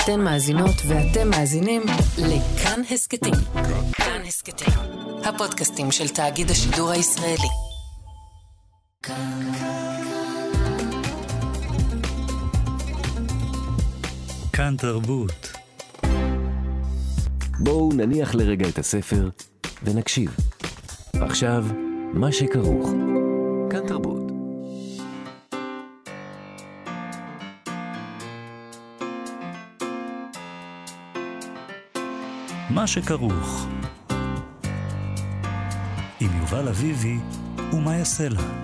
אתן מאזינות ואתם מאזינים לכאן הסקטים. כאן הסקטים, הפודקאסטים של תאגיד השידור הישראלי. כאן תרבות. בואו נניח לרגע את הספר ונקשיב. עכשיו, מה שכרוך. כאן תרבות. מה שכרוך. עם יובל אביבי ומה יעשה לה.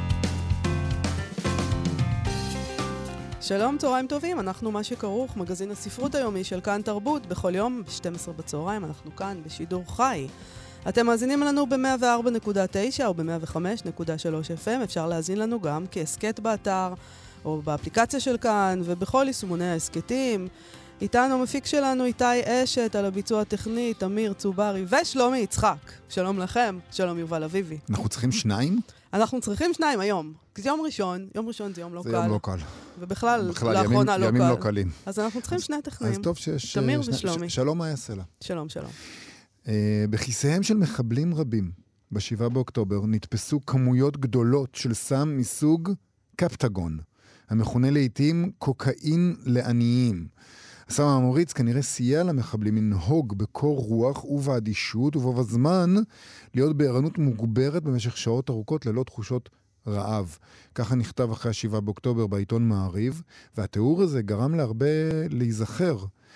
שלום, צהריים טובים, אנחנו מה שכרוך, מגזין הספרות היומי של כאן תרבות, בכל יום ב-12 בצהריים, אנחנו כאן בשידור חי. אתם מאזינים לנו ב-104.9 או ב-105.3 FM, אפשר להאזין לנו גם כהסקט באתר או באפליקציה של כאן ובכל יישומוני ההסקטים. איתנו מפיק שלנו איתי אשת, על הביצוע הטכני, תמיר צוברי ושלומי יצחק. שלום לכם, שלום יובל אביבי. אנחנו צריכים שניים? אנחנו צריכים שניים היום. כי זה יום ראשון זה יום לא קל. זה יום לא קל. ובכלל לאחרונה לא קל. ימים לא קלים. אז אנחנו צריכים שני טכנאים. אז טוב שיש... תמיר ושלומי. שלום, מה יעשה לה? שלום, שלום. בכיסיהם של מחבלים רבים, ב7 באוקטובר, נתפסו כמויות גדולות של סם מסוג קפטגון, המכונה לעתים קוקאין לעניים. הסם המוריץ כנראה סייע למחבלים לנהוג בקור רוח ובאדישות, ובו בזמן להיות בערנות מוגברת במשך שעות ארוכות ללא תחושות רעב. ככה נכתב אחרי 7 באוקטובר בעיתון מעריב, והתיאור הזה גרם להרבה להיזכר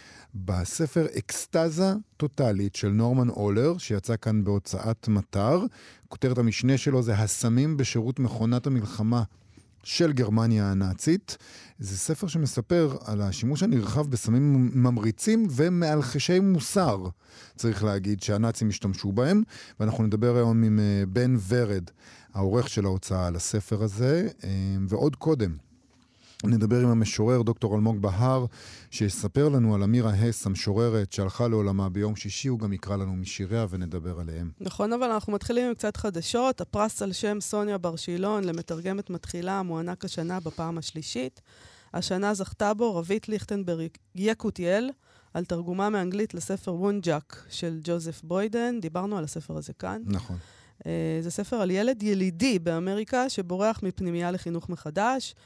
בספר אקסטזה טוטלית של נורמן אולר, שיצא כאן בהוצאת מטר. כותרת המשנה שלו זה הסמים בשירות מכונת המלחמה של גרמניה הנאצית. זה ספר שמספר על השימוש הנרחב בסמים ממריצים ומאלחשי מוסר, צריך להגיד, שהנאצים השתמשו בהם, ואנחנו נדבר היום עם בן ורד, העורך של ההוצאה על הספר הזה, ועוד קודם נדבר עם המשורר דוקטור אלמוג בהר, שיספר לנו על אמירה הס, המשוררת שהלכה לעולמה ביום שישי, הוא גם יקרא לנו משיריה ונדבר עליהם. נכון, אבל אנחנו מתחילים עם קצת חדשות. הפרס על שם סוניה בר שילון למתרגמת מתחילה מוענק השנה בפעם השלישית. השנה זכתה בו רבית ליכטנברג יקותיאל, על תרגומה מאנגלית לספר וונג'ק של ג'וזף בוידן. דיברנו על הספר הזה כאן. נכון. זה ספר על ילד ילידי באמריקה שבורח מפנימייה לחינוך מחדש.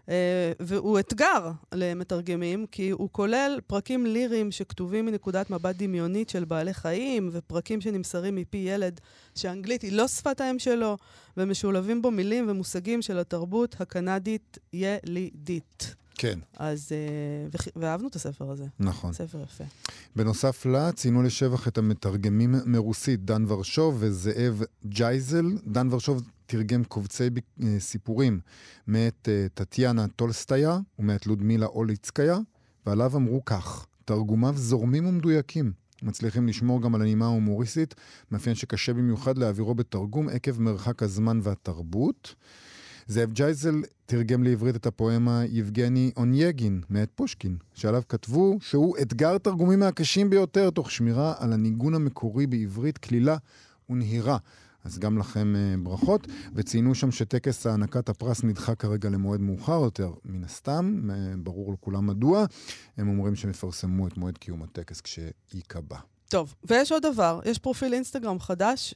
והוא אתגר למתרגמים, כי הוא כולל פרקים ליריים שכתובים מנקודת מבט דמיונית של בעלי חיים, ופרקים שנמסרים מפי ילד שהאנגלית היא לא שפת האם שלו, ומשולבים בו מילים ומושגים של התרבות הקנדית ילידית. כן. אז, ואהבנו את הספר הזה. נכון. ספר יפה. בנוסף לה, ציינו לשבח את המתרגמים מרוסית, דן ורשוב וזאב ג'ייזל. דן ורשוב תרגם קובצי סיפורים מאת טטיאנה טולסטיה ומאת לודמילה אוליצקיה, ועליו אמרו כך: תרגומיו זורמים ומדויקים, מצליחים לשמור גם על הנימה ההומוריסטית, מאפיין שקשה במיוחד להעבירו בתרגום עקב מרחק הזמן והתרבות. זאב ג'ייזל תרגם לעברית את הפואמה יבגני אונייגין מאת פושקין, שעליו כתבו שהוא אתגר תרגומים מהקשים ביותר, תוך שמירה על הניגון המקורי בעברית כלילה ונהירה. אז גם לכם ברכות, וציינו שם שטקס הענקת הפרס נדחה כרגע למועד מאוחר יותר, מן הסתם, ברור לכולם מדוע. הם אומרים שמפרסמו את מועד קיום הטקס כשייקבע. טוב, ויש עוד דבר, יש פרופיל אינסטגרם חדש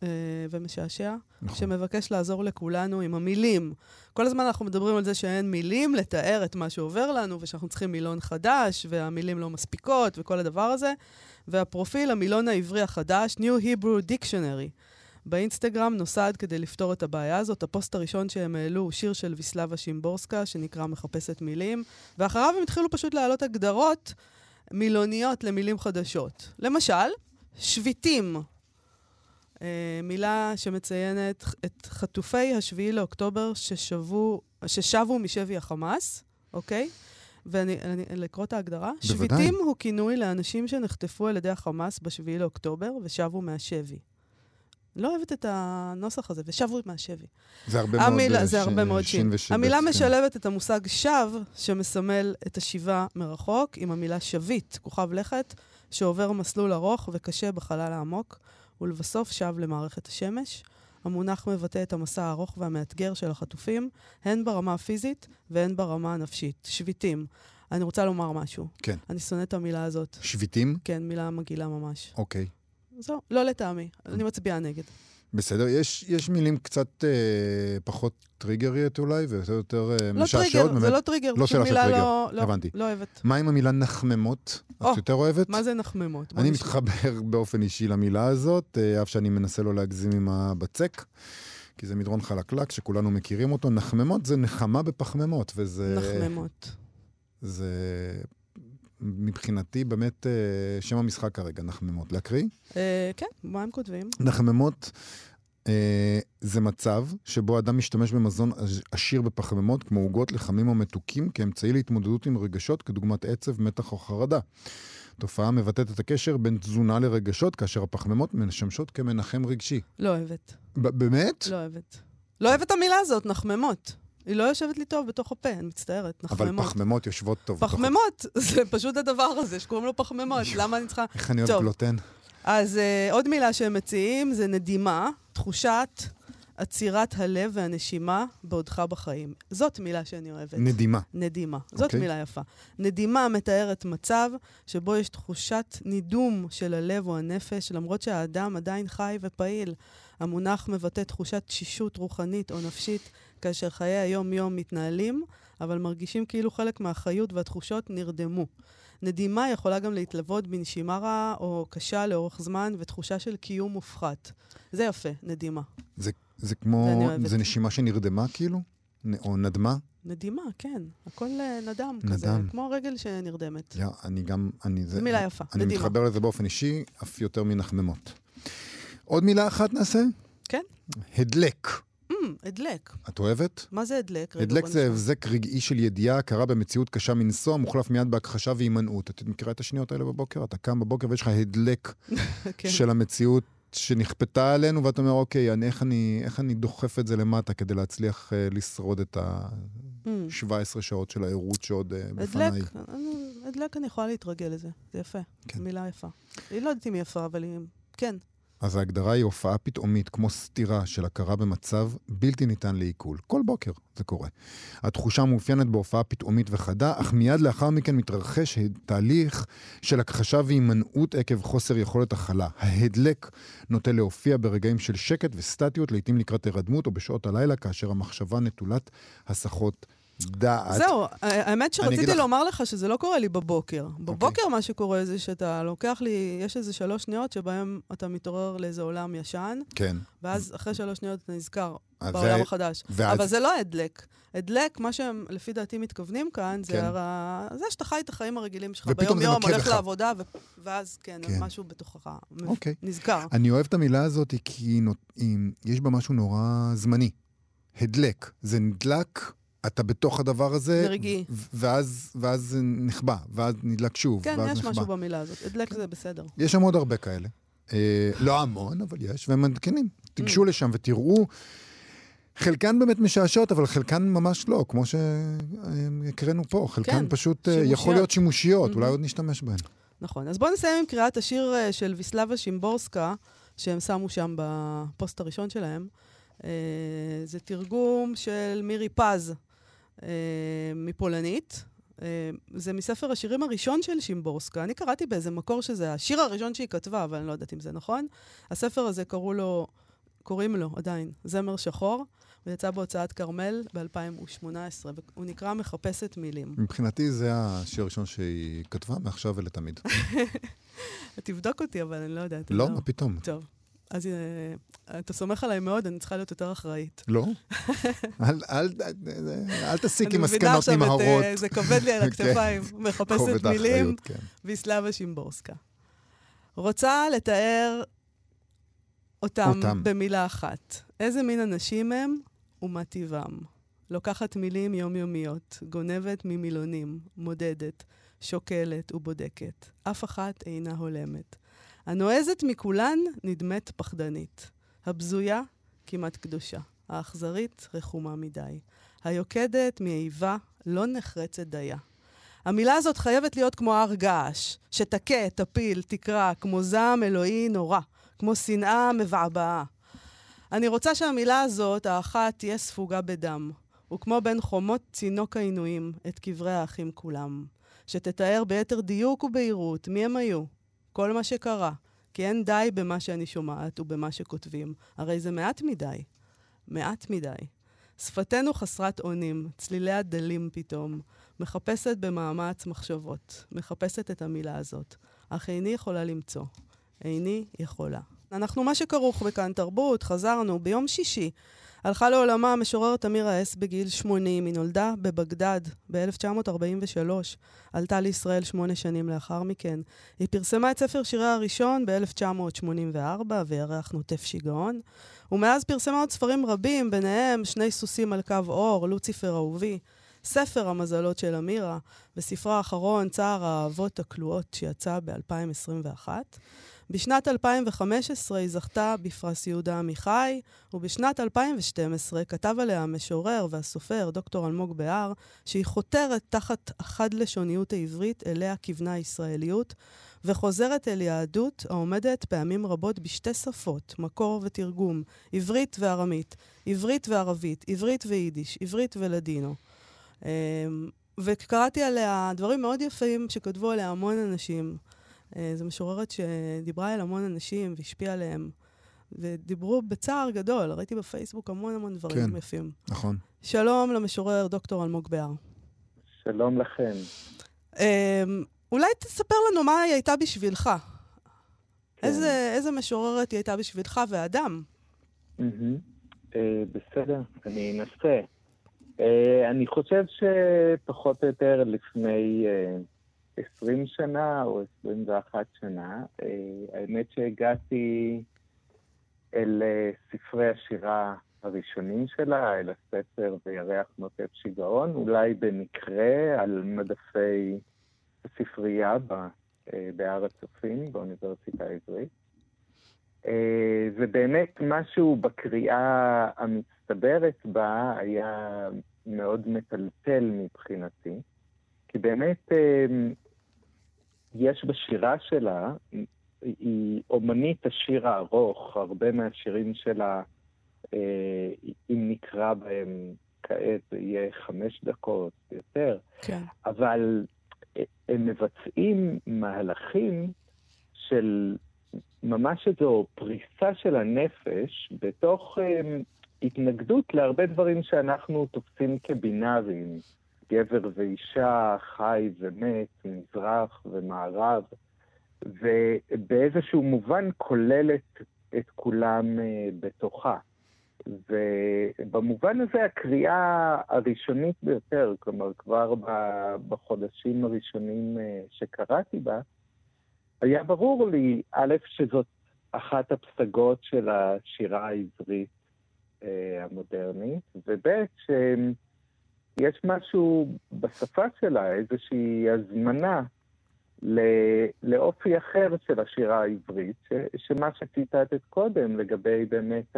ומשעשע, נכון. שמבקש לעזור לכולנו עם המילים. כל הזמן אנחנו מדברים על זה שאין מילים לתאר את מה שעובר לנו, ושאנחנו צריכים מילון חדש, והמילים לא מספיקות, וכל הדבר הזה. והפרופיל, המילון העברי החדש, New Hebrew Dictionary, באינסטגרם נוסד כדי לפתור את הבעיה הזאת. הפוסט הראשון שהם העלו הוא שיר של ויסלבה שימבורסקה, שנקרא מחפשת מילים, ואחריו הם התחילו פשוט להעלות הגדרות מילוניות למילים חדשות. למשל, שביטים. מילה שמציינת את חטופי השביעי לאוקטובר ששבו משבי החמאס, אוקיי? ואני לקרוא את ההגדרה. בוודאי. שביטים הוא כינוי לאנשים שנחטפו על ידי החמאס בשביעי לאוקטובר ושבו מהשבי. לא אוהבת את הנוסח הזה, ושבו מהשבי. זה הרבה מאוד זה הרבה מאוד שין. המילה כן. משלבת את המושג שב, שמסמל את השיבה מרחוק, עם המילה שביט, כוכב לכת, שעובר מסלול ארוך וקשה בחלל העמוק, ולבסוף שב למערכת השמש. המונח מבטא את המסע הארוך והמאתגר של החטופים, הן ברמה הפיזית והן ברמה הנפשית. שביטים. אני רוצה לומר משהו. כן. אני שונאת את המילה הזאת. שביטים? כן, מילה מגעילה ממש. אוקיי. זהו, לא לטעמי. אני מצביעה נגד. בסדר, יש מילים קצת פחות טריגריות אולי, ויותר לא טריגר, זה לא טריגר. לא שאלה של טריגר, הבנתי. לא אוהבת. מה עם המילה נחממות? את יותר אוהבת? מה זה נחממות? אני מתחבר באופן אישי למילה הזאת, אף שאני מנסה לא להגזים עם הבצק, כי זה מדרון חלקלק שכולנו מכירים אותו. נחממות זה נחמה בפחממות, וזה... נחממות. זה מבחינתי באמת שם המשחק כרגע, נחממות. להקריא? כן, מה הם כותבים? נחממות זה מצב שבו אדם משתמש במזון עשיר בפחממות, כמו עוגות, לחמים או מתוקים, כאמצעי להתמודדות עם רגשות, כדוגמת עצב, מתח או חרדה. תופעה מבטאת את הקשר בין תזונה לרגשות, כאשר הפחממות משמשות כמנחם רגשי. לא אוהבת. באמת? לא אוהבת. לא אוהבת המילה הזאת, נחממות. היא לא יושבת לי טוב בתוך הפה, אני מצטערת, נחממות. אבל פחממות יושבות טוב. פחממות, זה פשוט הדבר הזה, שקוראים לו פחממות. למה אני צריכה... איך אני אוהב גלוטן? אז עוד מילה שהם מציעים זה נדימה, תחושת עצירת הלב והנשימה בעודך בחיים. זאת מילה שאני אוהבת. נדימה. נדימה. זאת מילה יפה. נדימה מתארת מצב שבו יש תחושת נידום של הלב או הנפש, למרות שהאדם עדיין חי ופעיל. המונח מבטא תחושת תשישות רוחנית או נפשית, כאשר חיי היום-יום מתנהלים, אבל מרגישים כאילו חלק מהחיות והתחושות נרדמו. נדימה יכולה גם להתלוות בנשימה רעה או קשה לאורך זמן ותחושה של קיום מופחת. זה יפה, נדימה. זה כמו, זה נשימה שנרדמה כאילו? או נדמה? נדימה, כן. הכל נדם נדם. כזה, כמו רגל שנרדמת. זה מילה יפה, אני נדימה. מתחבר לזה באופן אישי, אף יותר מנחממות. עוד מילה אחת נעשה? כן. הדלק. הדלק. את אוהבת? מה זה הדלק? הדלק זה הבזק רגעי של ידיעה, הכרה במציאות קשה מנשוא, מוחלף מיד בהכחשה והימנעות. את מכירה את השניות האלה בבוקר? אתה קם בבוקר ויש לך הדלק של המציאות שנכפתה עלינו, ואתה אומר, אוקיי, איך אני דוחף את זה למטה כדי להצליח לשרוד את ה-17 שעות של העירות שעוד בפניי. הדלק אני יכולה להתרגל לזה. זה יפה. זו מילה יפה. היא לא יודעת אם היא יפה, אבל היא... כן. אז ההגדרה היא הופעה פתאומית, כמו סתירה של הכרה במצב בלתי ניתן לעיכול. כל בוקר זה קורה. התחושה מאופיינת בהופעה פתאומית וחדה, אך מיד לאחר מכן מתרחש תהליך של הכחשה והימנעות עקב חוסר יכולת הכלה. ההדלק נוטה להופיע ברגעים של שקט וסטטיות, לעתים לקראת הרדמות או בשעות הלילה, כאשר המחשבה נטולת הסחות דעת. זהו, האמת שרציתי לומר לך שזה לא קורה לי בבוקר. בבוקר מה שקורה זה שאתה לוקח לי, יש איזה 3 שניות שבהם אתה מתעורר לאיזה עולם ישן, כן. ואז אחרי 3 שניות אתה נזכר בעולם החדש. אבל זה לא הדלק. הדלק, מה שהם לפי דעתי מתכוונים כאן, זה שאתה חי את החיים הרגילים שלך ביום-יום, הולך לעבודה, ואז כן, משהו בתוכך נזכר. אני אוהב את המילה הזאת כי יש בה משהו נורא זמני. הדלק. זה נדלק... אתה בתוך הדבר הזה, ואז זה נחבא, ואז נדלק שוב, כן, יש משהו במילה הזאת. הדלק זה בסדר. יש שם עוד הרבה כאלה. לא המון, אבל יש, והם מדכנים. תיגשו לשם ותראו, חלקן באמת משעשעות, אבל חלקן ממש לא, כמו שהקראנו פה. חלקן פשוט יכול להיות שימושיות, אולי עוד נשתמש בהן. נכון. אז בואו נסיים עם קריאת השיר של ויסלבה שימבורסקה, שהם שמו שם בפוסט הראשון שלהם. זה תרגום של מירי פז מפולנית. זה מספר השירים הראשון של שימבורסקה. אני קראתי באיזה מקור שזה השיר הראשון שהיא כתבה, אבל אני לא יודעת אם זה נכון. הספר הזה קוראים לו עדיין זמר שחור, ויצא בהוצאת קרמל ב-2018, והוא נקרא מחפשת מילים. מבחינתי זה השיר הראשון שהיא כתבה מעכשיו ולתמיד. תבדוק אותי, אבל אני לא יודעת. לא, מה פתאום. טוב. אז אתה סומך עליי מאוד, אני צריכה להיות יותר אחראית. לא. אל תסיק עם מסקנות נמהרות. זה כבד לי על הכתפיים. מחפשת מילים, ויסלבה שימבורסקה. רוצה לתאר אותם במילה אחת. איזה מין אנשים הם ומה טבעם. לוקחת מילים יומיומיות, גונבת ממילונים, מודדת, שוקלת ובודקת. אף אחת אינה הולמת. הנועזת מכולן נדמת פחדנית. הבזויה כמעט קדושה. האכזרית רחומה מדי. היוקדת מאיבה לא נחרצת דייה. המילה הזאת חייבת להיות כמו הר געש, שתקה, תפיל, תקרא, כמו זעם אלוהי נורא, כמו שנאה מבעבעה. אני רוצה שהמילה הזאת, האחת, תהיה ספוגה בדם, וכמו בין חומות צינוק העינויים, את קברי האחים כולם. שתתאר ביתר דיוק ובהירות מי הם היו, כל מה שקרה, כי אין די במה שאני שומעת ובמה שכותבים. הרי זה מעט מדי. מעט מדי. שפתנו חסרת עונים, צליליה דלים פתאום, מחפשת במאמץ מחשבות, מחפשת את המילה הזאת. אך איני יכולה למצוא. איני יכולה. אנחנו מה שכרוך בכאן תרבות, חזרנו ביום שישי. הלכה לעולמה המשוררת אמירה אס בגיל 80, היא נולדה בבגדד ב-1943, עלתה לישראל 8 שנים לאחר מכן. היא פרסמה את ספר שיריה הראשון ב-1984, וירח נוטף שיגעון, ומאז פרסמה עוד ספרים רבים, ביניהם 2 סוסים על קו אור, לוציפר אהובי, ספר המזלות של אמירה, וספרה האחרון, צער האהבות הכלואות, שיצא ב-2021. בשנת 2015 היא זכתה בפרס יהודה עמיחי, ובשנת 2012 כתב עליה המשורר והסופר דוקטור אלמוג בהר, שהיא חותרת תחת החד-לשוניות העברית אליה כיוונה הישראליות, וחוזרת אל יהדות העומדת פעמים רבות בשתי שפות, מקור ותרגום, עברית וארמית, עברית וערבית, עברית ויידיש, עברית ולדינו. וקראתי עליה דברים מאוד יפים שכתבו עליה המון אנשים. זו משוררת שדיברה אל המון אנשים והשפיעה עליהם, ודיברו בצער גדול. ראיתי בפייסבוק המון דברים יפים. נכון. שלום למשורר דוקטור אלמוג בהר. שלום לכם. אולי תספר לנו מה היא הייתה בשבילך. איזה משוררת היא הייתה בשבילך ואדם? בסדר, אני אנסה. אני חושב שפחות או יותר לפני 20 שנה או 21 שנה, האמת שהגעתי אל ספרי השירה הראשונים שלה, אל הספר וירח נוטף שיגעון, אולי במקרה על מדפי הספרייה בהר הצופים, באוניברסיטה העברית. ובאמת משהו בקריאה המצטברת בה היה מאוד מטלטל מבחינתי, כי באמת יש בשירה שלה, היא אומנית השיר הארוך, הרבה מהשירים שלה, אם נקרא בהם כעת, יהיה 5 דקות יותר, כן. אבל הם מבצעים מהלכים של ממש איזו פריסה של הנפש בתוך התנגדות להרבה דברים שאנחנו תופסים כבינאריים. גבר ואישה, חי ומת, מזרח ומערב, ובאיזשהו מובן כוללת את כולם בתוכה. ובמובן הזה הקריאה הראשונית ביותר, כלומר כבר בחודשים הראשונים שקראתי בה, היה ברור לי, א', שזאת אחת הפסגות של השירה העברית המודרנית, וב', שיש משהו בשפה שלה, איזושהי הזמנה לאופי אחר של השירה העברית, שמה שציטטת קודם לגבי באמת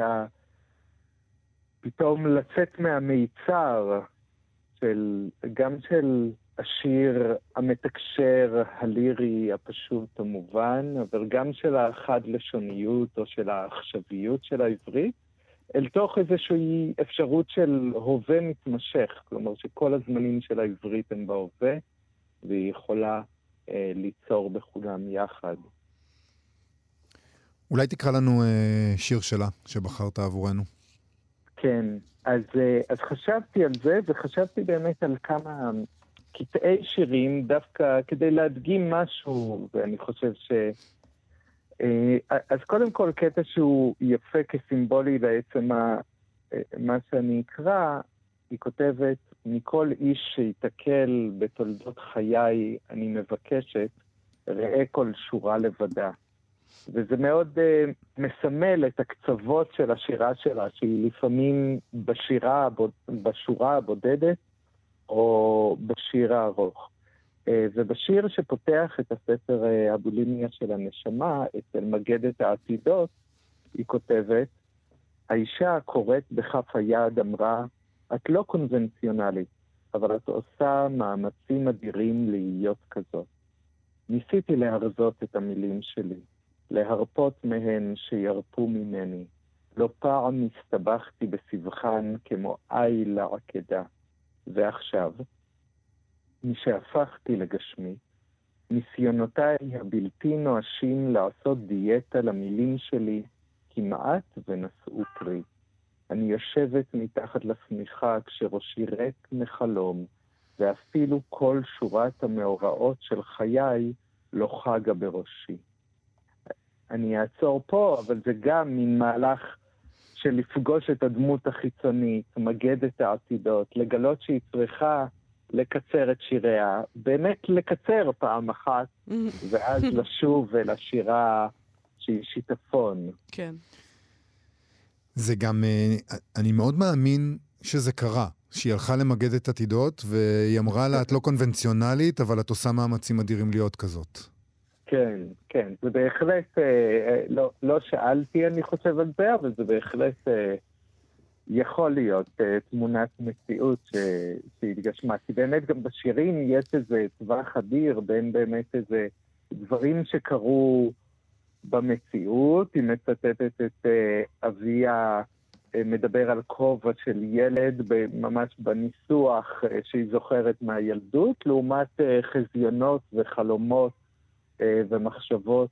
פתאום לצאת מהמיצר גם של השיר המתקשר, הלירי, הפשוט, המובן, אבל גם של החד-לשוניות או של העכשוויות של העברית, אל תוך איזושהי אפשרות של הווה מתמשך, כלומר שכל הזמנים של העברית הם בהווה, והיא יכולה ליצור בכולם יחד. אולי תקרא לנו שיר שלה שבחרת עבורנו. כן, אז חשבתי על זה, וחשבתי באמת על כמה קטעי שירים, דווקא כדי להדגים משהו, ואני חושב אז קודם כל קטע שהוא יפה כסימבולי לעצם מה שאני אקרא, היא כותבת, מכל איש שיתקל בתולדות חיי אני מבקשת, ראה כל שורה לבדה. וזה מאוד מסמל את הקצוות של השירה שלה, שהיא לפעמים בשורה הבודדת או בשיר הארוך. ובשיר שפותח את הספר הבולימיה של הנשמה, אצל מגדת העתידות, היא כותבת, האישה הקוראת בכף היד אמרה, את לא קונבנציונלית, אבל את עושה מאמצים אדירים להיות כזאת. ניסיתי להרזות את המילים שלי, להרפות מהן שירפו ממני. לא פעם הסתבכתי בסבחן כמו איל לעקדה. ועכשיו, משהפכתי לגשמי, ניסיונותיי הבלתי נואשים לעשות דיאטה למילים שלי כמעט ונשאו פרי. אני יושבת מתחת לשמיכה כשראשי ריק מחלום, ואפילו כל שורת המאורעות של חיי לא חגה בראשי. אני אעצור פה, אבל זה גם מין מהלך של לפגוש את הדמות החיצונית, מגד את העתידות, לגלות שהיא צריכה לקצר את שיריה, באמת לקצר פעם אחת, ואז לשוב לשירה שהיא שיטפון. כן. זה גם, אני מאוד מאמין שזה קרה, שהיא הלכה למגד את עתידות, והיא אמרה לה, את לא קונבנציונלית, אבל את עושה מאמצים אדירים להיות כזאת. כן, כן. זה בהחלט, לא שאלתי אני חושב על זה, אבל זה בהחלט יכול להיות תמונת מציאות שהתגשמה. כי באמת גם בשירים יש איזה טווח אדיר בין באמת איזה דברים שקרו במציאות. היא מצטטת את אביה מדבר על כובע של ילד ממש בניסוח שהיא זוכרת מהילדות, לעומת חזיונות וחלומות ומחשבות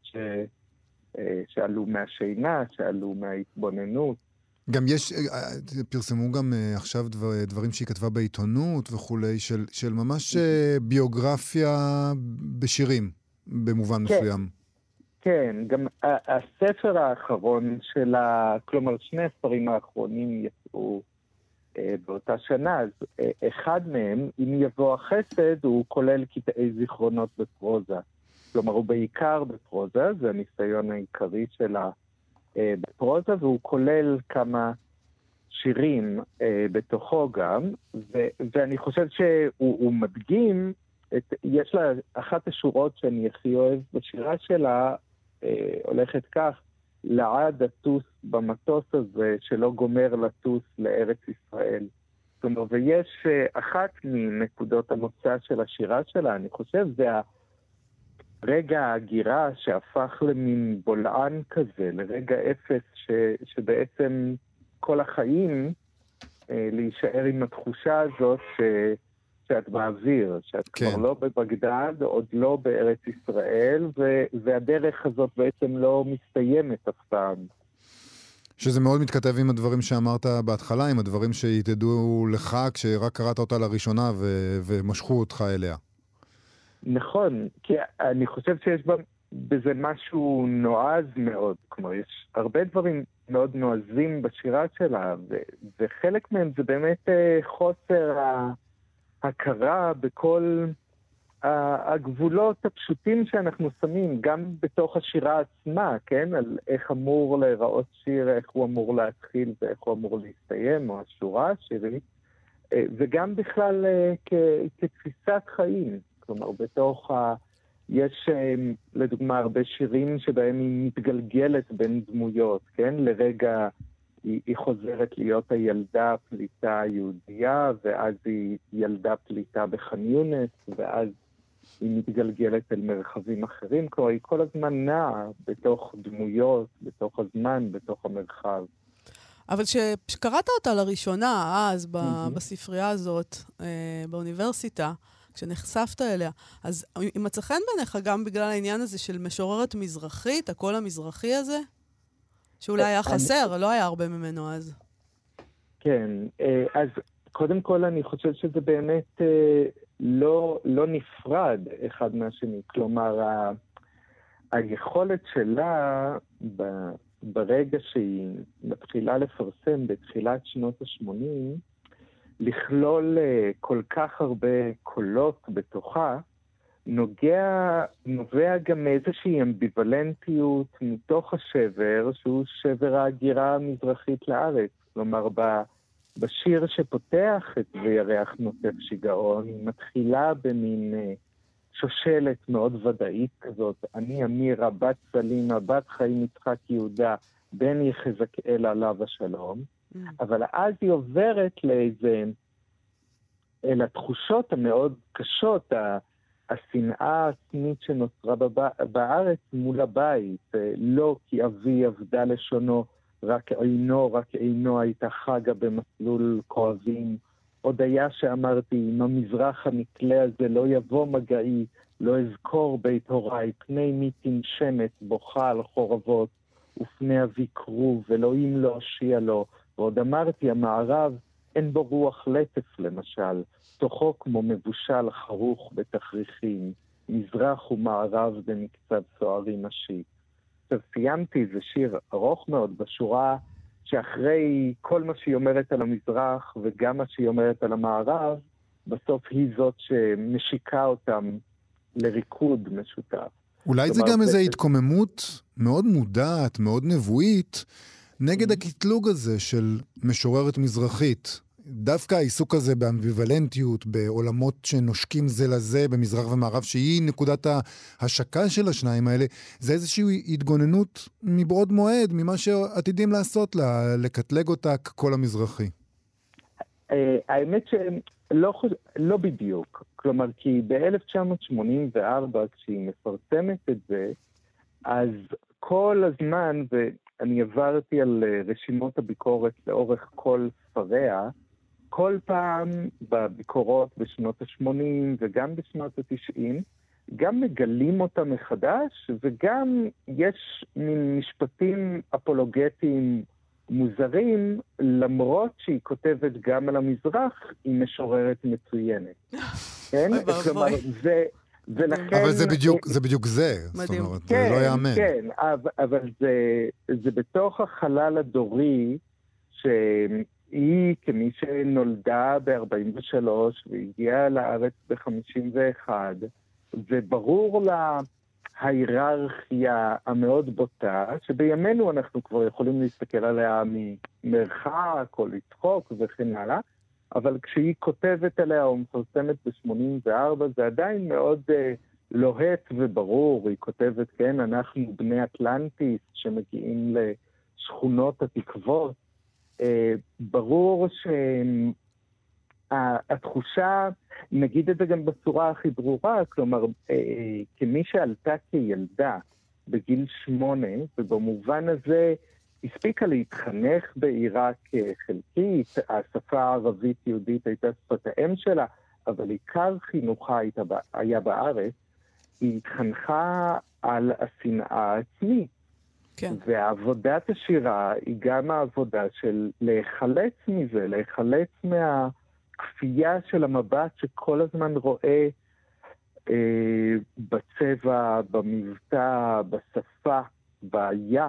שעלו מהשינה, שעלו מההתבוננות. גם יש, פרסמו גם עכשיו דברים שהיא כתבה בעיתונות וכולי, של ממש ביוגרפיה בשירים, במובן מסוים. כן, גם הספר האחרון שלה, כלומר שני הספרים האחרונים יצאו באותה שנה, אז אחד מהם, אם יבוא החסד, הוא כולל קטעי זיכרונות בפרוזה. כלומר, הוא בעיקר בפרוזה, זה הניסיון העיקרי שלה בפרוזה, והוא כולל כמה שירים בתוכו גם, ואני חושב שהוא מדגים, יש לה אחת השורות שאני הכי אוהב בשירה שלה, הולכת כך, לעד הטוס במטוס הזה שלא גומר לטוס לארץ ישראל. זאת אומרת, ויש אחת מנקודות המוצא של השירה שלה, אני חושב, זה רגע ההגירה שהפך למין בולען כזה, לרגע אפס שבעצם כל החיים להישאר עם התחושה הזאת שאת באוויר, שאת כבר לא בבגדד, עוד לא בארץ ישראל, והדרך הזאת בעצם לא מסתיימת אף פעם. שזה מאוד מתכתב עם הדברים שאמרת בהתחלה, עם הדברים שהתעדו לך כשרק קראת אותה לראשונה ומשכו אותך אליה. נכון, כי אני חושב שיש בזה משהו נועז מאוד, כלומר יש הרבה דברים מאוד נועזים בשירה שלה, וחלק מהם זה באמת חוסר ההכרה בכל הגבולות הפשוטים שאנחנו שמים, גם בתוך השירה עצמה, כן? על איך אמור להיראות שיר, איך הוא אמור להתחיל ואיך הוא אמור להסתיים, או השורה השירית, וגם בכלל כתפיסת חיים. כלומר, יש לדוגמה הרבה שירים שבהם היא מתגלגלת בין דמויות, כן? לרגע היא חוזרת להיות הילדה פליטה היהודייה, ואז היא ילדה פליטה בח'אן יונס, ואז היא מתגלגלת אל מרחבים אחרים. כלומר, היא כל הזמן נעה בתוך דמויות, בתוך הזמן, בתוך המרחב. אבל כשקראת אותה לראשונה, אז בספרייה הזאת, באוניברסיטה, כשנחשפת אליה, אז היא מצא חן בעיניך גם בגלל העניין הזה של משוררת מזרחית, הקול המזרחי הזה? שאולי היה חסר, לא היה הרבה ממנו אז. כן, אז קודם כל אני חושב שזה באמת לא נפרד אחד מהשני. כלומר, היכולת שלה ברגע שהיא מתחילה לפרסם בתחילת שנות ה-80, לכלול כל כך הרבה קולות בתוכה, נובע גם איזושהי אמביוולנטיות מתוך השבר, שהוא שבר ההגירה המזרחית לארץ. כלומר, בשיר שפותח את וירח נוטף שיגעון, היא מתחילה במין שושלת מאוד ודאית כזאת, אני אמירה, בת סלימה, בת חיים יצחק יהודה, בן יחזקאל עליו השלום, אבל אז היא עוברת לתחושות המאוד קשות, השנאה העצמית שנוצרה בארץ מול הבית, לא כי אבי עבדה לשונו, רק עינו הייתה חגה במסלול כואבים הודיה שאמרתי, אם המזרח הנקלה הזה לא יבוא מגעי, לא אזכור בית הוריי, פני מי תנשמת בוכה על חורבות, ופני אבי קרוב, אלוהים לא הושיע לו. ועוד אמרתי, המערב אין בו רוח לטף למשל, תוכו כמו מבושל חרוך בתכריכים, מזרח ומערב במקצב סוערים השיט. עכשיו סיימתי, זה שיר ארוך מאוד, בשורה שאחרי כל מה שהיא אומרת על המזרח וגם מה שהיא אומרת על המערב, בסוף היא זאת שמשיקה אותם לריקוד משותף. אולי זה גם איזו התקוממות מאוד מודעת, מאוד נבואית, נגד הקטלוג הזה של משוררת מזרחית. דווקא העיסוק הזה באמביוולנטיות, בעולמות שנושקים זה לזה, במזרח ומערב, שהיא נקודת ההשקה של השניים האלה, זה איזושהי התגוננות מבעוד מועד, ממה שעתידים לעשות לה, לקטלג אותה ככל המזרחי. האמת שלא בדיוק. כלומר, כי ב-1984, כשהיא מפרסמת את זה, אז כל הזמן, ואני עברתי על רשימות הביקורת לאורך כל ספריה, כל פעם בביקורות בשנות ה-80 וגם בשנות ה-90, גם מגלים אותה מחדש, וגם יש מין משפטים אפולוגטיים מוזרים, למרות שהיא כותבת גם על המזרח, היא משוררת מצוינת. כן? כלומר, ולכן... אבל זה בדיוק זה. מדהים. זאת אומרת, כן, זה לא יאמן. כן, אבל זה בתוך החלל הדורי, שהיא כמי שנולדה ב-43 והגיעה לארץ ב-51, וברור לה ההיררכיה המאוד בוטה, שבימינו אנחנו כבר יכולים להסתכל עליה ממרחק או לצחוק וכן הלאה, אבל כשהיא כותבת עליה או מפרסמת ב-84, זה עדיין מאוד לוהט וברור. היא כותבת, כן, אנחנו בני אטלנטיס שמגיעים לשכונות התקוות. ברור שהתחושה, נגיד את זה גם בצורה הכי ברורה, כלומר, כמי שעלתה כילדה בגיל 8, ובמובן הזה הספיקה להתחנך בעיראק חלקית, השפה הערבית-יהודית הייתה שפת האם שלה, אבל עיקר חינוכה היה בארץ, היא התחנכה על השנאה העצמית. כן. ועבודת השירה היא גם העבודה של להיחלץ מזה, להיחלץ מהכפייה של המבט שכל הזמן רואה בצבע, במבטא, בשפה, בעיה,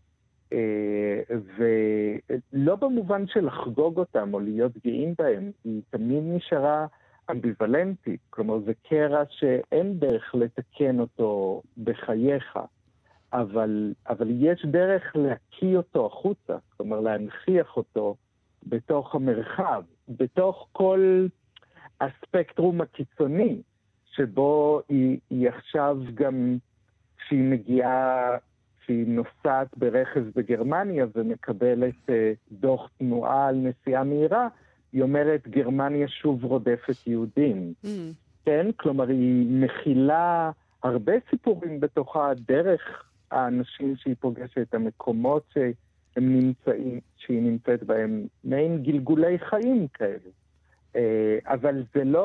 ולא במובן של לחגוג אותם או להיות גאים בהם, היא תמיד נשארה אמביוולנטית, כלומר זה קרע שאין דרך לתקן אותו בחייך, אבל יש דרך להקיא אותו החוצה, כלומר להנכיח אותו בתוך המרחב, בתוך כל הספקטרום הקיצוני, שבו היא עכשיו גם, כשהיא מגיעה, כשהיא נוסעת ברכב בגרמניה ומקבלת דוח תנועה על נסיעה מהירה, היא אומרת, גרמניה שוב רודפת יהודים. כן? כלומר, היא מכילה הרבה סיפורים בתוכה, דרך האנשים שהיא פוגשת, המקומות שהיא נמצאת בהם, מעין גלגולי חיים כאלה. אבל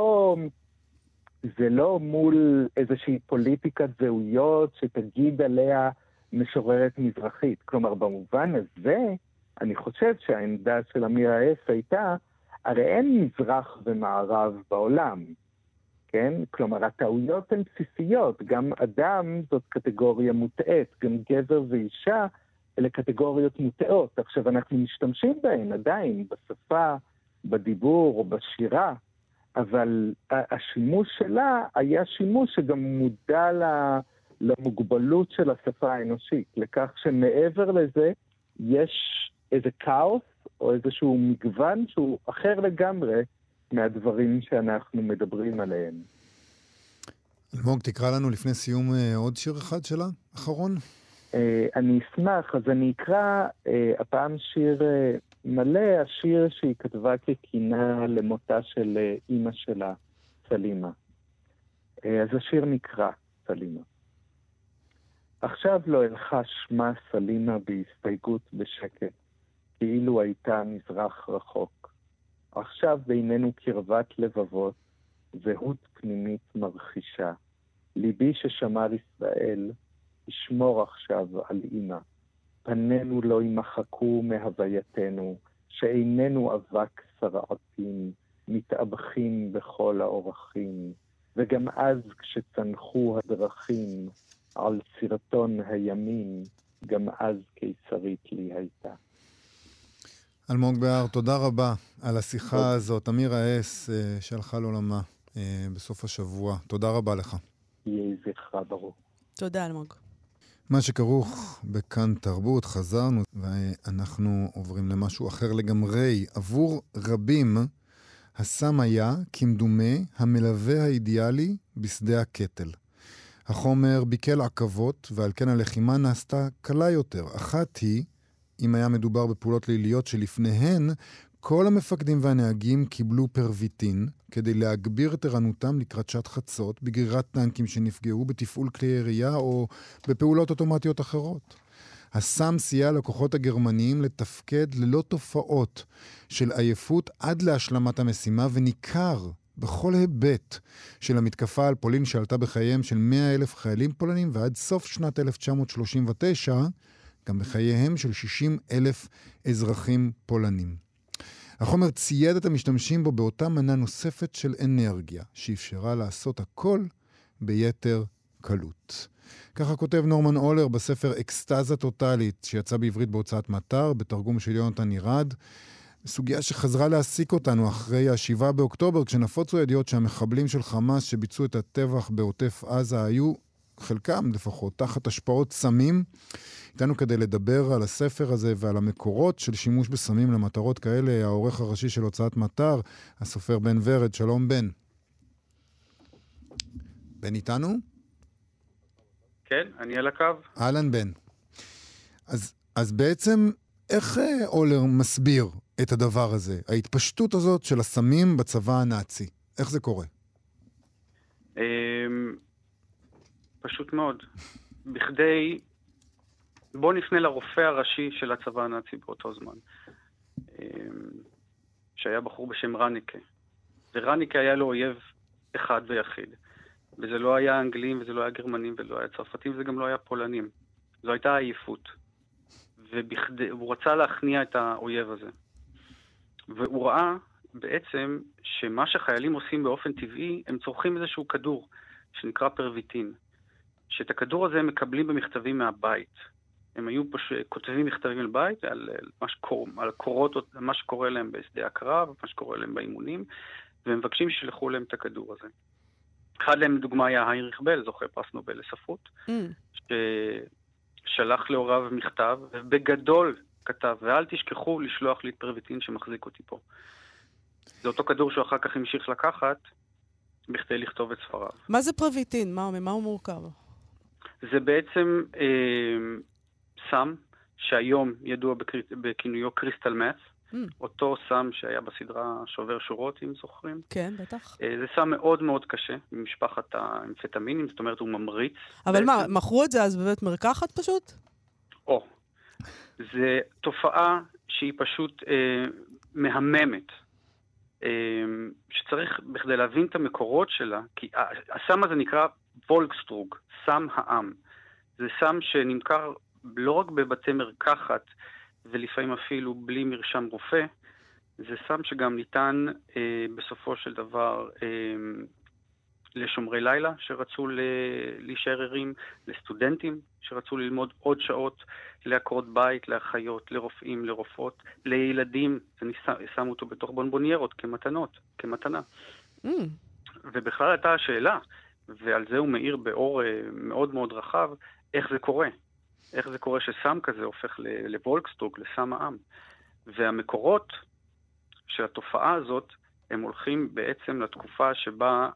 זה לא מול איזושהי פוליטיקת זהויות שתגיד עליה משוררת מזרחית. כלומר, במובן הזה, אני חושב שהעמדה של אמירה אס הייתה, הרי אין מזרח ומערב בעולם, כן? כלומר, הטעויות הן בסיסיות, גם אדם זאת קטגוריה מוטעת, גם גבר ואישה אלה קטגוריות מוטעות. עכשיו, אנחנו משתמשים בהן עדיין, בשפה, בדיבור או בשירה, אבל השימוש שלה היה שימוש שגם מודע למוגבלות של השפה האנושית, לכך שמעבר לזה יש איזה כאוס או איזשהו מגוון שהוא אחר לגמרי מהדברים שאנחנו מדברים עליהם. אלמוג, תקרא לנו לפני סיום עוד שיר אחד שלה, אחרון? אני אשמח, אז אני אקרא הפעם שיר מלא, השיר שהיא כתבה כקינה למותה של אמא שלה, סלימה. אז השיר נקרא סלימה. עכשיו לא אלחש שמה סלימה בהסתייגות בשקט, כאילו הייתה מזרח רחוק. עכשיו בינינו קרבת לבבות, זהות פנימית מרחישה. ליבי ששמר ישראל, ישמור עכשיו על אמא. פנינו לא ימחקו מהווייתנו, שאיננו אבק שרעפים, מתאבחים בכל האורחים, וגם אז כשצנחו הדרכים על סרטון הימים, גם אז קיסרית לי הייתה. אלמוג בהר, תודה רבה על השיחה הזאת. אמיר האס שהלכה לעולמה בסוף השבוע. תודה רבה לך. יהי זכרה ברוך. תודה, אלמוג. מה שכרוך בכאן תרבות, חזרנו, ואנחנו עוברים למשהו אחר לגמרי. עבור רבים, הסם היה, כמדומה, המלווה האידיאלי בשדה הקטל. החומר ביקל עקבות, ועל כן הלחימה נעשתה קלה יותר. אחת היא, אם היה מדובר בפעולות ליליות שלפניהן, כל המפקדים והנהגים קיבלו פרוויטין כדי להגביר את ערנותם לקראת שעת חצות, בגרירת טנקים שנפגעו, בתפעול כלי ירייה או בפעולות אוטומטיות אחרות. הסם סייע לכוחות הגרמניים לתפקד ללא תופעות של עייפות עד להשלמת המשימה, וניכר בכל היבט של המתקפה על פולין שעלתה בחייהם של 100,000 חיילים פולנים, ועד סוף שנת 1939 גם בחייהם של 60,000 אזרחים פולנים. החומר צייד את המשתמשים בו באותה מנה נוספת של אנרגיה, שאפשרה לעשות הכל ביתר קלות. ככה כותב נורמן אולר בספר אקסטזה טוטלית, שיצא בעברית בהוצאת מטר, בתרגום של יונתן נירד, סוגיה שחזרה להעסיק אותנו אחרי ה-7 באוקטובר, כשנפוצו ידיעות שהמחבלים של חמאס שביצעו את הטבח בעוטף עזה היו, חלקם לפחות, תחת השפעות סמים. איתנו כדי לדבר על הספר הזה ועל המקורות של שימוש בסמים למטרות כאלה, העורך הראשי של הוצאת מטר, הסופר בן ורד. שלום בן. בן איתנו? כן, אני על הקו. אהלן בן. אז בעצם איך אולר מסביר את הדבר הזה, ההתפשטות הזאת של הסמים בצבא הנאצי? איך זה קורה? פשוט מאוד. בוא נפנה לרופא הראשי של הצבא הנאצי באותו זמן, שהיה בחור בשם רניקה. ורניקה היה לו אויב אחד ויחיד. וזה לא היה אנגלים, וזה לא היה גרמנים, ולא היה צרפתים, וזה גם לא היה פולנים. זו הייתה עייפות. והוא רצה להכניע את האויב הזה. והוא ראה בעצם שמה שחיילים עושים באופן טבעי, הם צורכים איזשהו כדור, שנקרא פרוויטין. שאת הכדור הזה הם מקבלים במכתבים מהבית. הם היו כותבים מכתבים לבית על מה שקורה להם בשדה הקרב, מה שקורה להם באימונים, והם מבקשים ששלחו להם את הכדור הזה. אחד להם, לדוגמה, היה היינריך בל, זוכה פרס נובל לספרות, ששלח להוריו מכתב, ובגדול כתב, ואל תשכחו לשלוח לי את פרוויטין שמחזיק אותי פה. זה אותו כדור שהוא אחר כך המשיך לקחת, בכדי לכתוב את ספריו. מה זה פרוויטין? ממה הוא מורכב? זה בעצם סם שהיום ידוע בכינויו קריסטל מס, אותו סם שהיה בסדרה שובר שורות, אם זוכרים. כן, בטח. זה סם מאוד מאוד קשה, ממשפחת האמפטמינים, זאת אומרת הוא ממריץ. אבל מה, מכרו את זה אז בבית מרקחת פשוט? זה תופעה שהיא פשוט מהממת. שצריך, בכדי להבין את המקורות שלה, כי הסם הזה נקרא וולקסטרוג, סם העם. זה סם שנמכר לא רק בבתי מרקחת, ולפעמים אפילו בלי מרשם רופא, זה סם שגם ניתן בסופו של דבר לשומרי לילה שרצו להישאר ערים, לסטודנטים שרצו ללמוד עוד שעות, לעקרות בית, לאחיות, לרופאים, לרופאות, לילדים, שמו אותו בתוך בונבוניירות כמתנה. ובכלל הייתה השאלה, ועל זה הוא מאיר באור מאוד מאוד רחב, איך זה קורה. איך זה קורה שסם כזה הופך לוולקסטרוג, לסם העם. והמקורות של התופעה הזאת, הם הולכים בעצם לתקופה שבה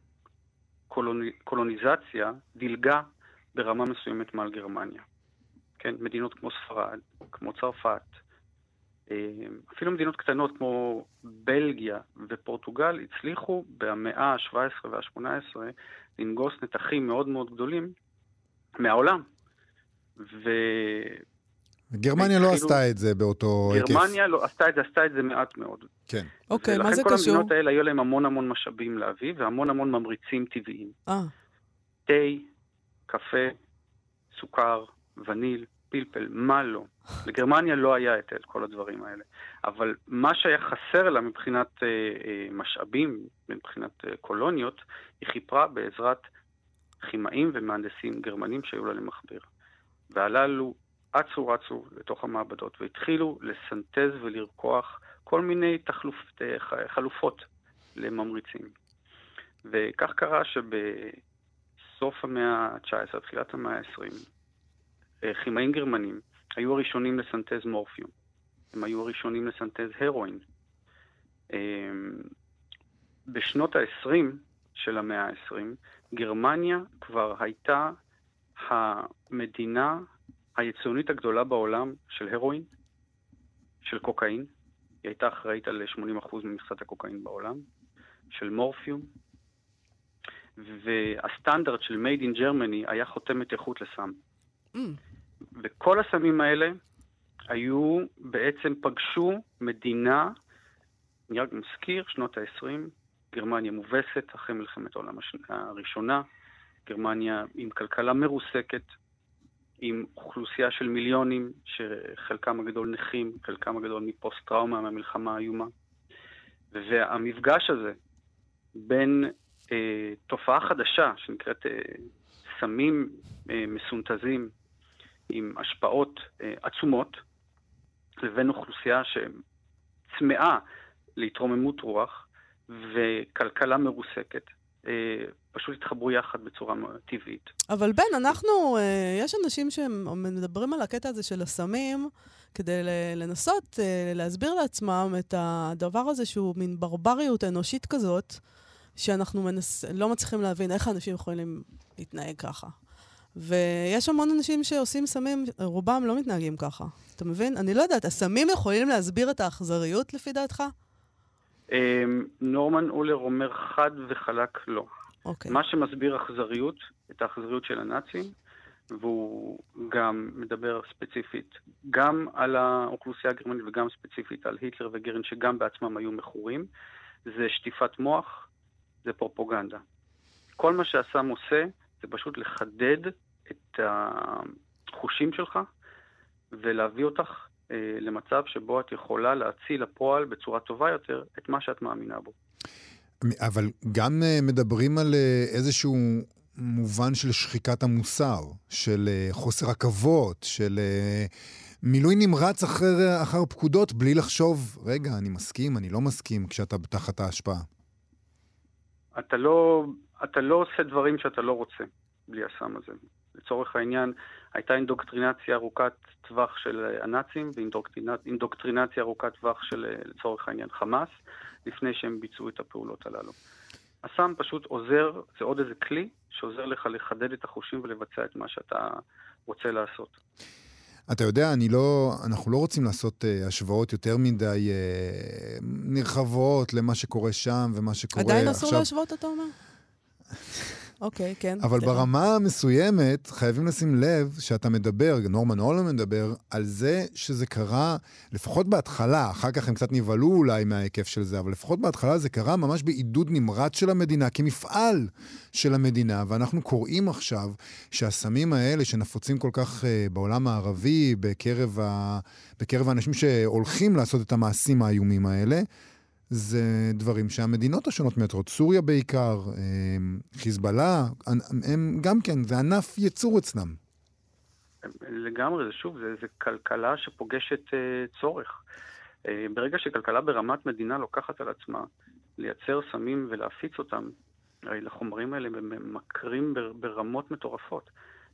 הקולוניזציה דילגה ברמה מסוימת מעל גרמניה. כן, מדינות כמו ספרד, כמו צרפת, אפילו מדינות קטנות כמו בלגיה ופורטוגל הצליחו במאה ה-17 וה-18 לנגוס נתחים מאוד מאוד גדולים מהעולם. גרמניה לא עשתה את זה באותו היקף. גרמניה לא עשתה את זה מעט מאוד. כן. אוקיי, מה זה ולכן כל קשור? המדינות האלה היו להם המון משאבים להביא, והמון ממריצים טבעיים. תה, קפה, סוכר, וניל, פלפל, מה לא. לגרמניה לא היה את כל הדברים האלה. אבל מה שהיה חסר לה מבחינת משאבים, מבחינת קולוניות, היא חיפרה בעזרת כימאים ומהנדסים גרמנים שהיו לה למחבר. והללו אצו לתוך המעבדות, והתחילו לסנטז ולרקוח כל מיני חלופות לממריצים. וכך קרה שבסוף המאה ה-19, תחילת המאה ה-20, כימאים גרמנים היו הראשונים לסנטז מורפיום. הם היו הראשונים לסנטז הרואין. בשנות ה-20 של המאה ה-20, גרמניה כבר הייתה המדינה היצואנית הגדולה בעולם של הרואין, של קוקאין. היא הייתה אחראית על 80% ממכסת הקוקאין בעולם, של מורפיום. והסטנדרט של Made in Germany היה חותמת איכות לסם. וכל הסמים האלה היו, בעצם פגשו מדינה, אני רק מזכיר, שנות ה-20, גרמניה מובסת אחרי מלחמת העולם הראשונה, גרמניה עם כלכלה מרוסקת, עם אוכלוסייה של מיליונים, שחלקם הגדול נכים, חלקם הגדול מפוסט-טראומה מהמלחמה האיומה. והמפגש הזה בין תופעה חדשה, שנקראת סמים מסונטזים, עם השפעות עצומות, לבין אוכלוסייה שצמאה להתרוממות רוח, וכלכלה מרוסקת, פשוט התחברו יחד בצורה טבעית. אבל בן, יש אנשים שמדברים על הקטע הזה של הסמים, כדי לנסות להסביר לעצמם את הדבר הזה שהוא מין ברבריות אנושית כזאת, שאנחנו לא מצליחים להבין איך האנשים יכולים להתנהג ככה. ויש המון אנשים שעושים סמים, רובם לא מתנהגים ככה. אתה מבין? אני לא יודעת, הסמים יכולים להסביר את האכזריות לפי דעתך? נורמן אולר אומר חד וחלק לא. אוקיי. מה שמסביר אכזריות, את האכזריות של הנאצים, והוא גם מדבר ספציפית גם על האוכלוסייה הגרמנית וגם ספציפית על היטלר וגרין שגם בעצמם היו מכורים, זה שטיפת מוח, זה פרופוגנדה. כל מה שהסם עושה זה פשוט לחדד את החושים שלך ולהביא אותך למצב שבו את יכולה להציל לפועל בצורה טובה יותר את מה שאת מאמינה בו. אבל גם מדברים על איזשהו מובן של שחיקת המוסר, של חוסר עכבות, של מילוי נמרץ אחר פקודות, בלי לחשוב, רגע, אני מסכים, אני לא מסכים, כשאתה תחת ההשפעה. אתה לא עושה דברים שאתה לא רוצה, בלי הסם הזה. לצורך העניין, הייתה אינדוקטרינציה ארוכת טווח של הנאצים, ואינדוקטרינציה ארוכת טווח של, לצורך העניין, חמאס, לפני שהם ביצעו את הפעולות הללו. הסם פשוט עוזר, זה עוד איזה כלי שעוזר לך לחדד את החושים ולבצע את מה שאתה רוצה לעשות. אתה יודע, אנחנו לא רוצים לעשות השוואות יותר מדי נרחבות למה שקורה שם ומה שקורה עכשיו. עדיין אסור להשוות, אתה אומר? אוקיי, כן. אבל ברמה מסוימת חייבים לשים לב שאתה מדבר, נורמן אולר מדבר, על זה שזה קרה, לפחות בהתחלה, אחר כך הם קצת נבהלו אולי מההיקף של זה, אבל לפחות בהתחלה זה קרה ממש בעידוד נמרץ של המדינה, כמפעל של המדינה, ואנחנו קוראים עכשיו שהסמים האלה שנפוצים כל כך בעולם הערבי, בקרב האנשים שהולכים לעשות את המעשים האיומים האלה, זה דברים שהמדינות השונות מייצרות, סוריה בעיקר, חיזבאללה, הם גם כן, זה ענף ייצור אצלם. לגמרי, זה כלכלה שפוגשת צורך. ברגע שכלכלה ברמת מדינה לוקחת על עצמה לייצר סמים ולהפיץ אותם, הרי לחומרים האלה ממכרים ברמות מטורפות,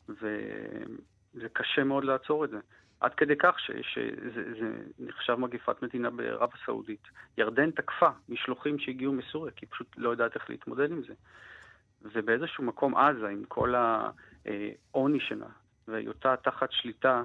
וזה קשה מאוד לעצור את זה. עד כדי כך שזה נחשב מגיפת מדינה בערב הסעודית. ירדן תקפה משלוחים שהגיעו מסוריה, כי היא פשוט לא יודעת איך להתמודד עם זה. ובאיזשהו מקום עזה, עם כל העוני שלה, והיותה תחת שליטה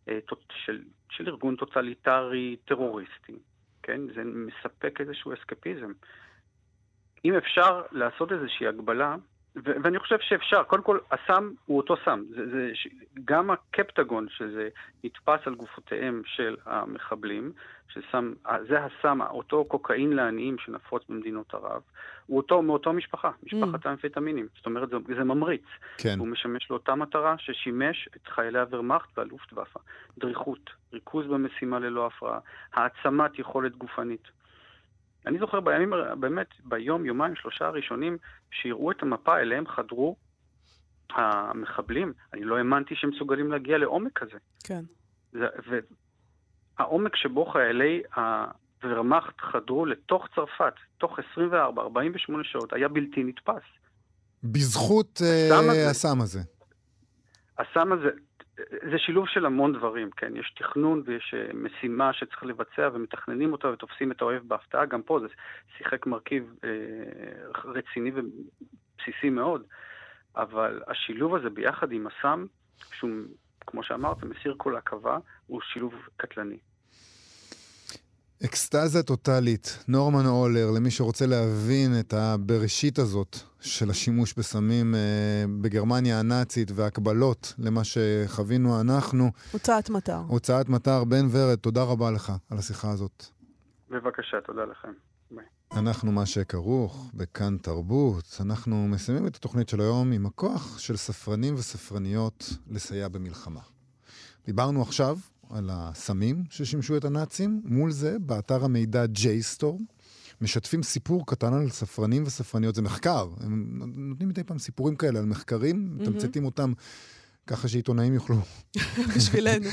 של ארגון טוטליטרי טרוריסטי, כן? זה מספק איזשהו אסקפיזם. אם אפשר לעשות איזושהי הגבלה, ואני חושב שאפשר, קודם כל, הסם הוא אותו סם. גם הקפטגון, שזה נתפס על גופותיהם של המחבלים, זה הסם, אותו קוקאין לעניים שנפוץ במדינות ערב, הוא מאותו משפחה, משפחת האמפטמינים. זאת אומרת, זה ממריץ. כן. הוא משמש לאותה מטרה ששימש את חיילי הוורמאכט והלופטוואפה. דריכות, ריכוז במשימה ללא הפרעה, העצמת יכולת גופנית. אני זוכר בימים, באמת, ביום, יומיים, 3 הראשונים, שיראו את המפה, אליהם חדרו המחבלים. אני לא האמנתי שהם מסוגלים להגיע לעומק כזה. כן. והעומק שבו חיילי הוורמאכט חדרו לתוך צרפת, תוך 24, 48 שעות, היה בלתי נתפס. בזכות הסם הזה. הסם הזה, זה שילוב של המון דברים, כן? יש תכנון ויש משימה שצריך לבצע ומתכננים אותה ותופסים את האויב בהפתעה. גם פה זה שיחק מרכיב רציני ובסיסי מאוד. אבל השילוב הזה ביחד עם הסם, שהוא, כמו שאמרת, מסיר כל עכבה, הוא שילוב קטלני. אקסטזה טוטלית, נורמן אולר, למי שרוצה להבין את הבראשית הזאת של השימוש בסמים בגרמניה הנאצית והקבלות למה שחווינו אנחנו. הוצאת מטר. הוצאת מטר, בן ורד, תודה רבה לך על השיחה הזאת. בבקשה, תודה לכם. ביי. אנחנו מה שכרוך בכאן תרבות. אנחנו מסיימים את התוכנית של היום עם הכוח של ספרנים וספרניות לסייע במלחמה. דיברנו עכשיו על הסמים ששימשו את הנאצים. מול זה, באתר המידע JSTOR, משתפים סיפור קטן על ספרנים וספרניות. זה מחקר. הם נותנים מדי פעם סיפורים כאלה על מחקרים, מתמצתים אותם ככה שעיתונאים יוכלו בשבילנו.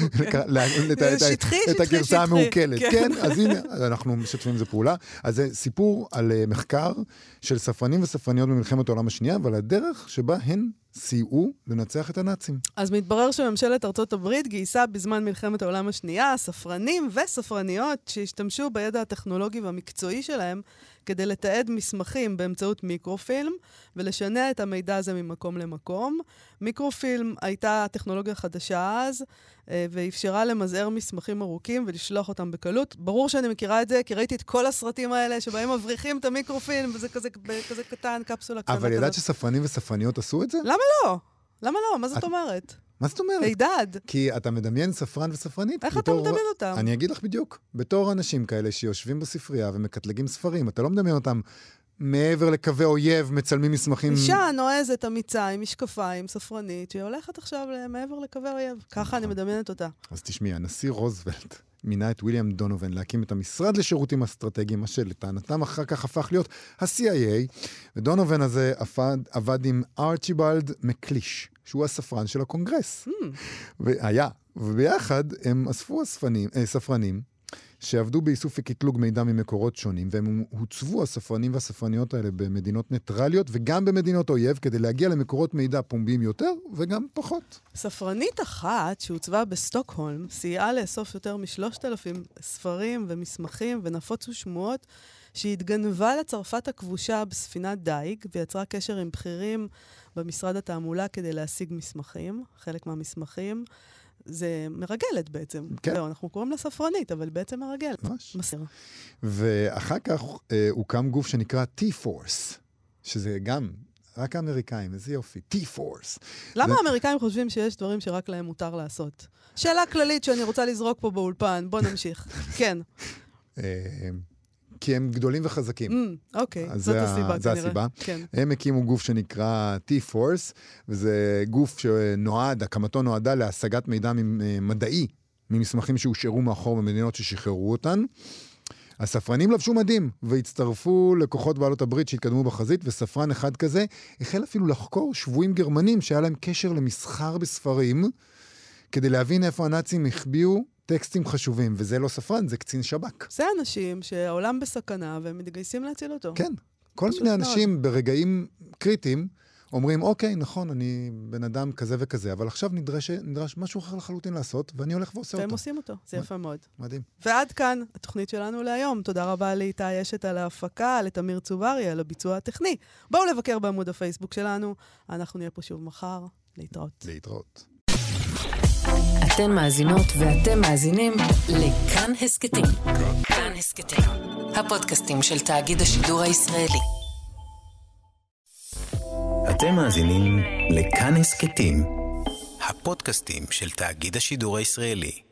את הגרסה המעוקלת. כן, אז הנה, אנחנו משתפים זה פעולה. אז זה סיפור על מחקר של ספרנים וספרניות במלחמת העולם השנייה, ועל הדרך שבה הן סייעו לנצח את הנאצים. אז מתברר שממשלת ארצות הברית גייסה בזמן מלחמת העולם השנייה ספרנים וספרניות שהשתמשו בידע הטכנולוגי והמקצועי שלהם כדי לתעד מסמכים באמצעות מיקרופילם ולשנע את המידע הזה ממקום למקום. מיקרופילם הייתה טכנולוגיה חדשה אז, ואפשרה למזער מסמכים ארוכים ולשלוח אותם בקלות. ברור שאני מכירה את זה, כי ראיתי את כל הסרטים האלה שבהם מבריחים את המיקרופילם, וזה כזה קטן, קפסולה קטנה. אבל ידעת שספרנים וספרניות עשו את זה? למה לא? למה לא? מה זאת אומרת? מה זאת אומרת? הידד. כי אתה מדמיין ספרן וספרנית. איך אתה מדמיין אותם? אני אגיד לך בדיוק. בתור אנשים כאלה שיושבים בספרייה ומקטלגים ספרים, אתה לא מדמיין אותם מעבר לקווי אויב, מצלמים מסמכים. אישה נועזת אמיצה עם משקפיים, ספרנית, שהולכת עכשיו מעבר לקווי אויב. ככה אני מדמיינת אותה. אז תשמעי, הנשיא רוזוולט מינה את ויליאם דונובן להקים את המשרד לשירותים אסטרטגיים, מה שלטענתם אחר כך הפך להיות ה-CIA, ודונובן הזה עבד עם ארצ'יבלד מקליש, שהוא הספרן של הקונגרס. וביחד הם אספו ספרנים, שעבדו באיסוף וקטלוג מידע ממקורות שונים, והם הוצבו הספרנים והספרניות האלה במדינות ניטרליות, וגם במדינות אויב, כדי להגיע למקורות מידע פומביים יותר, וגם פחות. ספרנית אחת שהוצבה בסטוקהולם, סייעה לאסוף יותר מ3,000 ספרים ומסמכים, ונפוצו שמועות שהתגנבה לצרפת הכבושה בספינת דייג, ויצרה קשר עם בכירים במשרד התעמולה כדי להשיג מסמכים, חלק מהמסמכים. זה מרגלת בעצם. כן. לא, אנחנו קוראים לה ספרנית, אבל בעצם מרגלת. ממש. מסיר. ואחר כך הוקם גוף שנקרא T-Force, שזה גם, רק האמריקאים, איזה יופי, T-Force. למה האמריקאים חושבים שיש דברים שרק להם מותר לעשות? שאלה כללית שאני רוצה לזרוק פה באולפן, בוא נמשיך. כן. כי הם גדולים וחזקים. אוקיי, זאת הסיבה כנראה. זה הסיבה. כן. הם הקימו גוף שנקרא T-Force, וזה גוף שנועד, הקמתו נועדה להשגת מידע מדעי, ממסמכים שהושארו מאחור במדינות ששחררו אותן. הספרנים לבשו מדים, והצטרפו לכוחות בעלות הברית שהתקדמו בחזית, וספרן אחד כזה החל אפילו לחקור שבויים גרמנים שהיה להם קשר למסחר בספרים, כדי להבין איפה הנאצים החביאו טקסטים חשובים, וזה לא ספרן, זה קצין שב"כ. זה אנשים שהעולם בסכנה, והם מתגייסים להציל אותו. כן. כל מיני אנשים ברגעים קריטיים, אומרים, אוקיי, נכון, אני בן אדם כזה וכזה, אבל עכשיו נדרש משהו אחר לחלוטין לעשות, ואני הולך ועושה אותו. והם עושים אותו, זה יפה מאוד. מדהים. ועד כאן התוכנית שלנו להיום. תודה רבה לאיתי אשת על ההפקה, לתמיר צוברי על הביצוע הטכני. בואו לבקר בעמוד הפייסבוק שלנו, אנחנו נהיה פה שוב מחר. להתראות. להתראות. אתן מאזינות ואתם מאזינים לכאן הסקטים. כאן הסקטים, הפודקאסטים של תאגיד השידור הישראלי. אתם מאזינים לכאן הסכתים, הפודקאסטים של תאגיד השידור הישראלי.